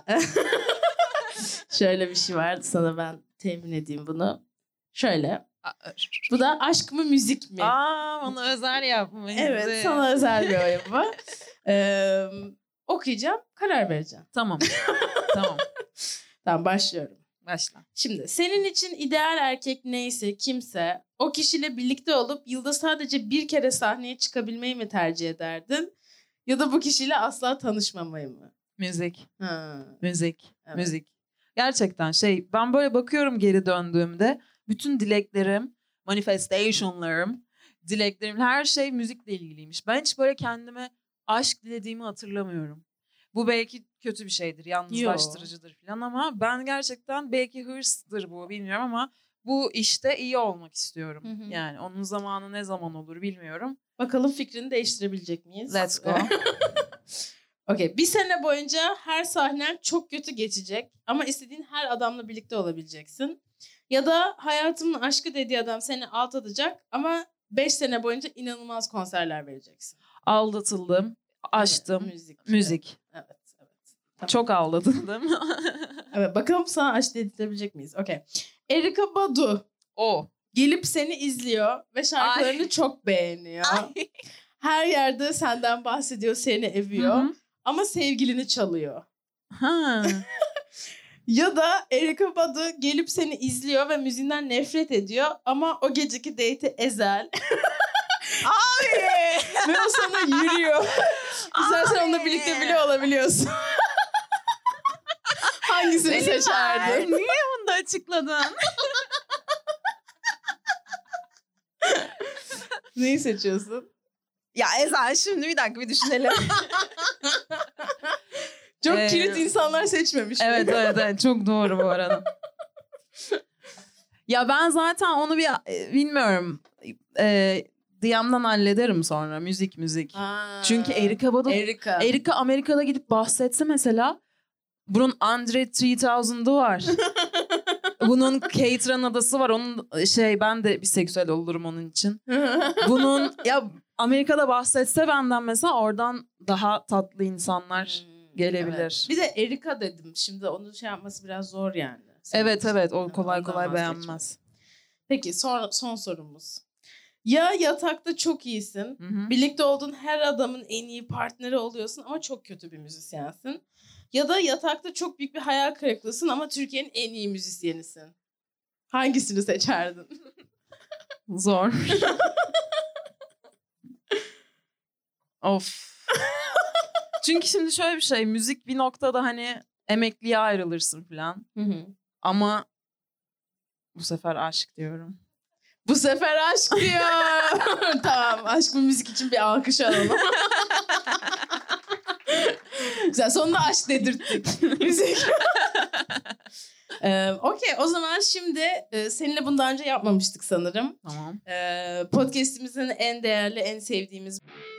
şöyle bir şey var. Sana ben temin edeyim bunu. Şöyle. Bu da aşk mı müzik mi? Aa onu özel yapmayız. Evet, sana özel bir oyun bu. Ee, okuyacağım, karar vereceğim. Tamam. Tamam. Tamam, başlıyorum. Başla. Şimdi senin için ideal erkek neyse, kimse, o kişiyle birlikte olup yılda sadece bir kere sahneye çıkabilmeyi mi tercih ederdin? Ya da bu kişiyle asla tanışmamayı mı? Müzik. Ha. Müzik. Evet. Müzik. Gerçekten şey, ben böyle bakıyorum geri döndüğümde bütün dileklerim, manifestationlarım, dileklerim, her şey müzikle ilgiliymiş. Ben hiç böyle kendime aşk dilediğimi hatırlamıyorum. Bu belki kötü bir şeydir, yalnızlaştırıcıdır falan ama ben gerçekten, belki hırsdır bu, bilmiyorum ama bu işte iyi olmak istiyorum. Hı hı. Yani onun zamanı ne zaman olur bilmiyorum. Bakalım fikrini değiştirebilecek miyiz? Let's go. Okey. Bir sene boyunca her sahnen çok kötü geçecek ama istediğin her adamla birlikte olabileceksin. Ya da hayatımın aşkı dediği adam seni alt atacak ama beş sene boyunca inanılmaz konserler vereceksin. Aldatıldım, açtım, Evet, müzik. müzik. Evet, evet. Tamam. Çok aldatıldım. Evet, bakalım sana aşk dedirtebilecek miyiz? Okey. Erykah Badu O. gelip seni izliyor ve şarkılarını Ay. çok beğeniyor. Ay. Her yerde senden bahsediyor, seni eviyor. Hı hı. Ama sevgilini çalıyor. Ha. Ya da Erykah Badu gelip seni izliyor ve müziğinden nefret ediyor ama o geceki date'i ezel. Ay. Ve o sana yürüyor. İstersen onunla birlikte bile olabiliyorsun. Hangisini seçerdin? Niye bunu da açıkladın? Neyi seçiyorsun? Ya Ezel, şimdi bir dakika bir düşünelim. Çok Ee, kilit insanlar seçmemiş. Evet evet evet, çok doğru bu arada. Ya ben zaten onu bir e, bilmiyorum. E, D M'den hallederim sonra, müzik müzik. Ha. Çünkü Erykah Badu, Erykah. Erykah Amerika'da gidip bahsetse mesela, bunun Andre üç bin'ı var. Bunun Cateran adası var. Onun şey, ben de biseksüel olurum onun için. Bunun ya Amerika'da bahsetse benden mesela, oradan daha tatlı insanlar Hmm, gelebilir. evet. Bir de Erykah dedim. Şimdi onu şey yapması biraz zor yani. Evet evet, o Ondan kolay kolay vazgeçme. beğenmez. Peki son, son sorumuz. Ya yatakta çok iyisin. Hı hı. Birlikte olduğun her adamın en iyi partneri oluyorsun ama çok kötü bir müzisyensin. Ya da yatakta çok büyük bir hayal kırıklığısın ama Türkiye'nin en iyi müzisyenisin. Hangisini seçerdin? Zor. Of. Çünkü şimdi şöyle bir şey, müzik bir noktada hani emekliye ayrılırsın falan. Hı hı. Ama bu sefer aşk diyorum. Bu sefer aşk diyor. Tamam, aşk ve müzik için bir alkış alalım. Güzel, sonunda aşk dedirttik. Müzik. ee, Okey, o zaman şimdi e, seninle bundan önce yapmamıştık sanırım. Tamam. Ee, podcast'imizin en değerli, en sevdiğimiz...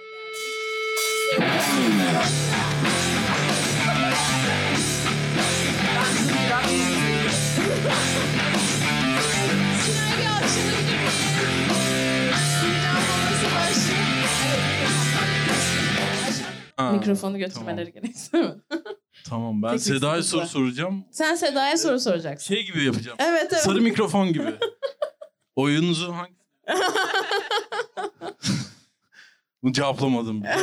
Ha, Mikrofonu götürmeleri tamam. gerek değil mi? Tamam, ben Teknik Seda'ya sıkıntı soru var. soracağım. Sen Seda'ya soru soracaksın. Şey gibi yapacağım. Evet evet. Sarı mikrofon gibi. Oyununuzu hangi? Bunu cevaplamadım bile.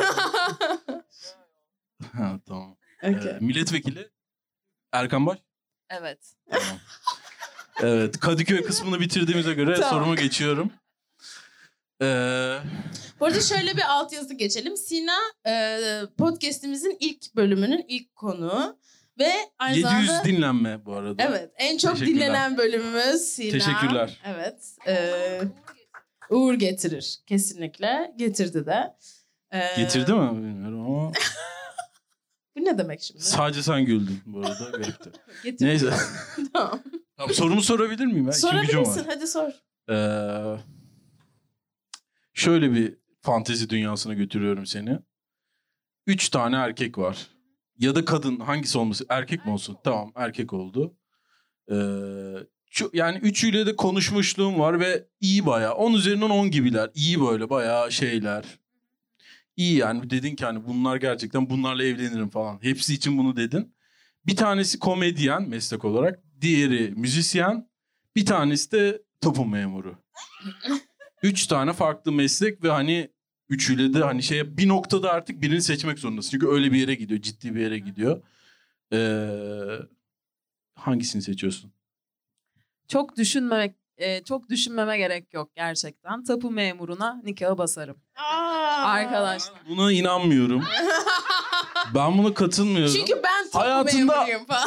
Ha, tamam. Okay. Ee, milletvekili Erkan Baş. Evet. Tamam. Evet, Kadıköy kısmını bitirdiğimize göre Tamam. soruma geçiyorum. Ee, Bu arada şöyle bir altyazı geçelim. Sina e, podcast'imizin ilk bölümünün ilk konuğu ve aynı yedi yüz zamanda dinlenme bu arada. evet, en çok Teşekkürler. dinlenen bölümümüz Sina. Teşekkürler. Evet. E, uğur getirir kesinlikle. Getirdi de. E, Getirdi mi bilmiyorum ama Bu ne demek şimdi? sadece sen güldün bu arada. Garipti. Getirdi. Neyse. Tamam. Tamam, sorumu sorabilir miyim? Ben? İşim gücüm var. Sorabilirsin, hadi sor. Ee, şöyle bir fantezi dünyasına götürüyorum seni. Üç tane erkek var. Ya da kadın, hangisi olması? Erkek mi olsun? Tamam, erkek oldu. Ee, şu, yani üçüyle de konuşmuşluğum var ve iyi bayağı. On üzerinden on gibiler. İyi böyle bayağı şeyler. İyi yani, dedin ki hani bunlar gerçekten, bunlarla evlenirim falan. Hepsi için bunu dedin. Bir tanesi komedyen meslek olarak. Diğeri müzisyen. Bir tanesi de tapu memuru. Üç tane farklı meslek ve hani üçüyle de hani şey, bir noktada artık birini seçmek zorundasın. Çünkü öyle bir yere gidiyor, ciddi bir yere gidiyor. Ee, hangisini seçiyorsun? Çok düşünmemek e, çok düşünmeme gerek yok gerçekten. Tapu memuruna nikahı basarım. Arkadaşlar. Buna inanmıyorum. Ben buna katılmıyorum. Çünkü ben tapu Hayatında- memuruyum falan.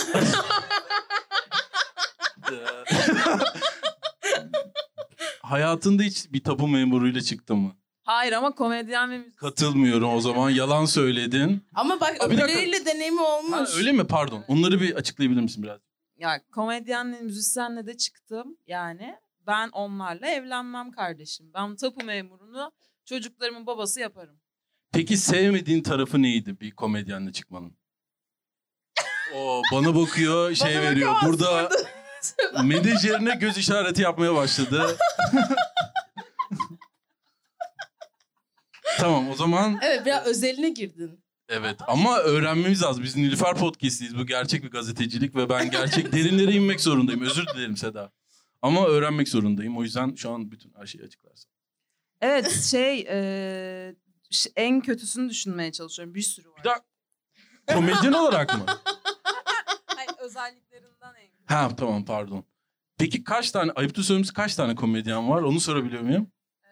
Hayatında hiç bir tapu memuruyla çıktın mı? Hayır ama komedyen ve müzisyen. Katılmıyorum o zaman. Yalan söyledin. Ama bak Aa, bir dakika. öbürleriyle deneyimi olmuş. Ha, öyle mi? Pardon. Onları bir açıklayabilir misin biraz? Ya komedyenle müzisyenle de çıktım yani. Ben onlarla evlenmem kardeşim. Ben tapu memurunu çocuklarımın babası yaparım. Peki sevmediğin tarafı neydi bir komedyenle çıkmanın? O bana bakıyor, şey Bana veriyor. bakamazsın Burada menajerine göz işareti yapmaya başladı. Tamam o zaman Evet biraz özeline girdin. evet ama öğrenmemiz lazım. Biz Nilüfer Podcast'iyiz. Bu gerçek bir gazetecilik ve ben gerçek derinlere inmek zorundayım. Özür dilerim Seda. Ama öğrenmek zorundayım. O yüzden şu an bütün her şeyi açıklarsın. Evet şey e, ş- en kötüsünü düşünmeye çalışıyorum. Bir sürü var. Bir daha komedyen olarak mı? Hayır, özelliklerinden en kötü. Ha tamam pardon. Peki kaç tane, ayıptır söylemesi kaç tane komedyen var? Onu sorabiliyor muyum?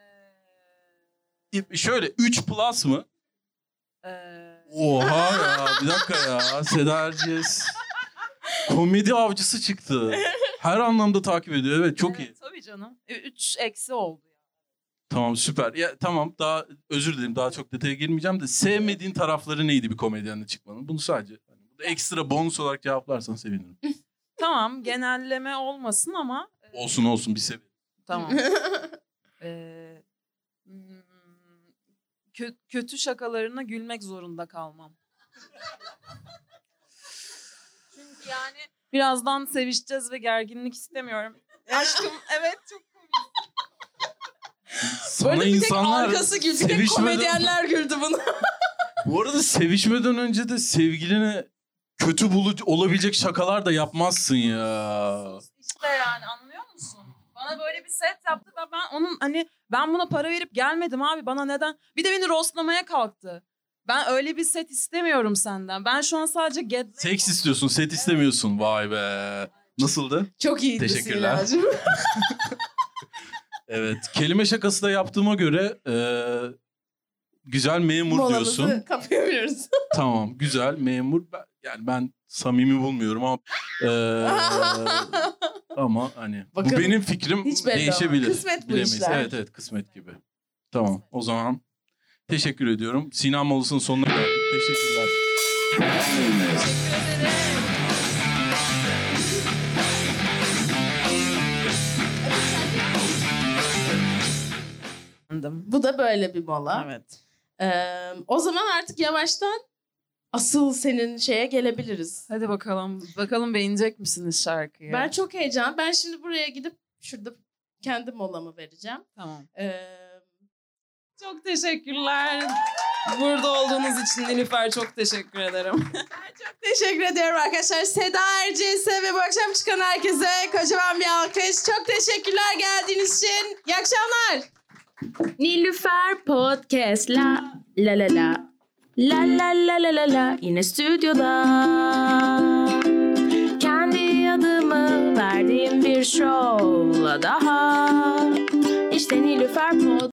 E, Şöyle üç plus mı? Ee, Oha ya bir dakika ya. Seda Erciyes komedi avcısı çıktı. Her anlamda takip ediyor. Evet çok iyi. evet, tabii canım. E, Üç eksi oldu. Tamam süper. Ya tamam daha özür dilerim daha çok detaya girmeyeceğim de sevmediğin tarafları neydi bir komedyenle çıkmanın? Bunu sadece hani, bu da ekstra bonus olarak cevaplarsan sevinirim. Tamam genelleme olmasın ama. e, Olsun olsun bir seviye. Tamam. Ee, hmm, kö- kötü şakalarına gülmek zorunda kalmam. Çünkü yani birazdan sevişeceğiz ve gerginlik istemiyorum. Aşkım evet çok Sana Böyle bir tek insanlar arkası güldü. Bir tek sevişmeden- komedyenler güldü bunu. Bu arada sevişmeden önce de sevgiline kötü bulucu olabilecek şakalar da yapmazsın ya. işte yani anlıyor musun? Bana böyle bir set yaptı ve ben onun hani ben buna para verip gelmedim abi bana neden? Bir de beni roastlamaya kalktı. Ben öyle bir set istemiyorum senden. Ben şu an sadece get Seks istiyorsun, set istemiyorsun. Vay be. Nasıldı? Çok iyiydi Teşekkürler. Sinacığım. Evet. Kelime şakası da yaptığıma göre e, güzel memur diyorsun. Molamızı kapayabiliriz. Tamam, güzel memur. Ben, yani ben samimi bulmuyorum ama e, ama hani bu Bakalım. benim fikrim Hiç belli olmaz. değişebilir. Kısmet bu Bilemeyiz. işler. Evet evet kısmet gibi. Tamam o zaman teşekkür ediyorum. Sinan Molası'nın sonuna geldik. Teşekkürler. Bu da böyle bir mola. Evet. Ee, o zaman artık yavaştan asıl senin şeye gelebiliriz. Hadi bakalım. Bakalım beğenecek misiniz şarkıyı? Ben çok heyecan. Ben şimdi buraya gidip şurada kendi molamı vereceğim. Tamam. Ee, Çok teşekkürler. Burada olduğunuz için Nilüfer çok teşekkür ederim. çok teşekkür ediyorum arkadaşlar. Seda Erciyes'e ve bu akşam çıkan herkese kocaman bir alkış. Çok teşekkürler geldiğiniz için. İyi akşamlar. Nilüfer Podcast la la la la la la la la la la yine stüdyoda kendi adımı verdiğim bir şovla daha işte Nilüfer Podcast.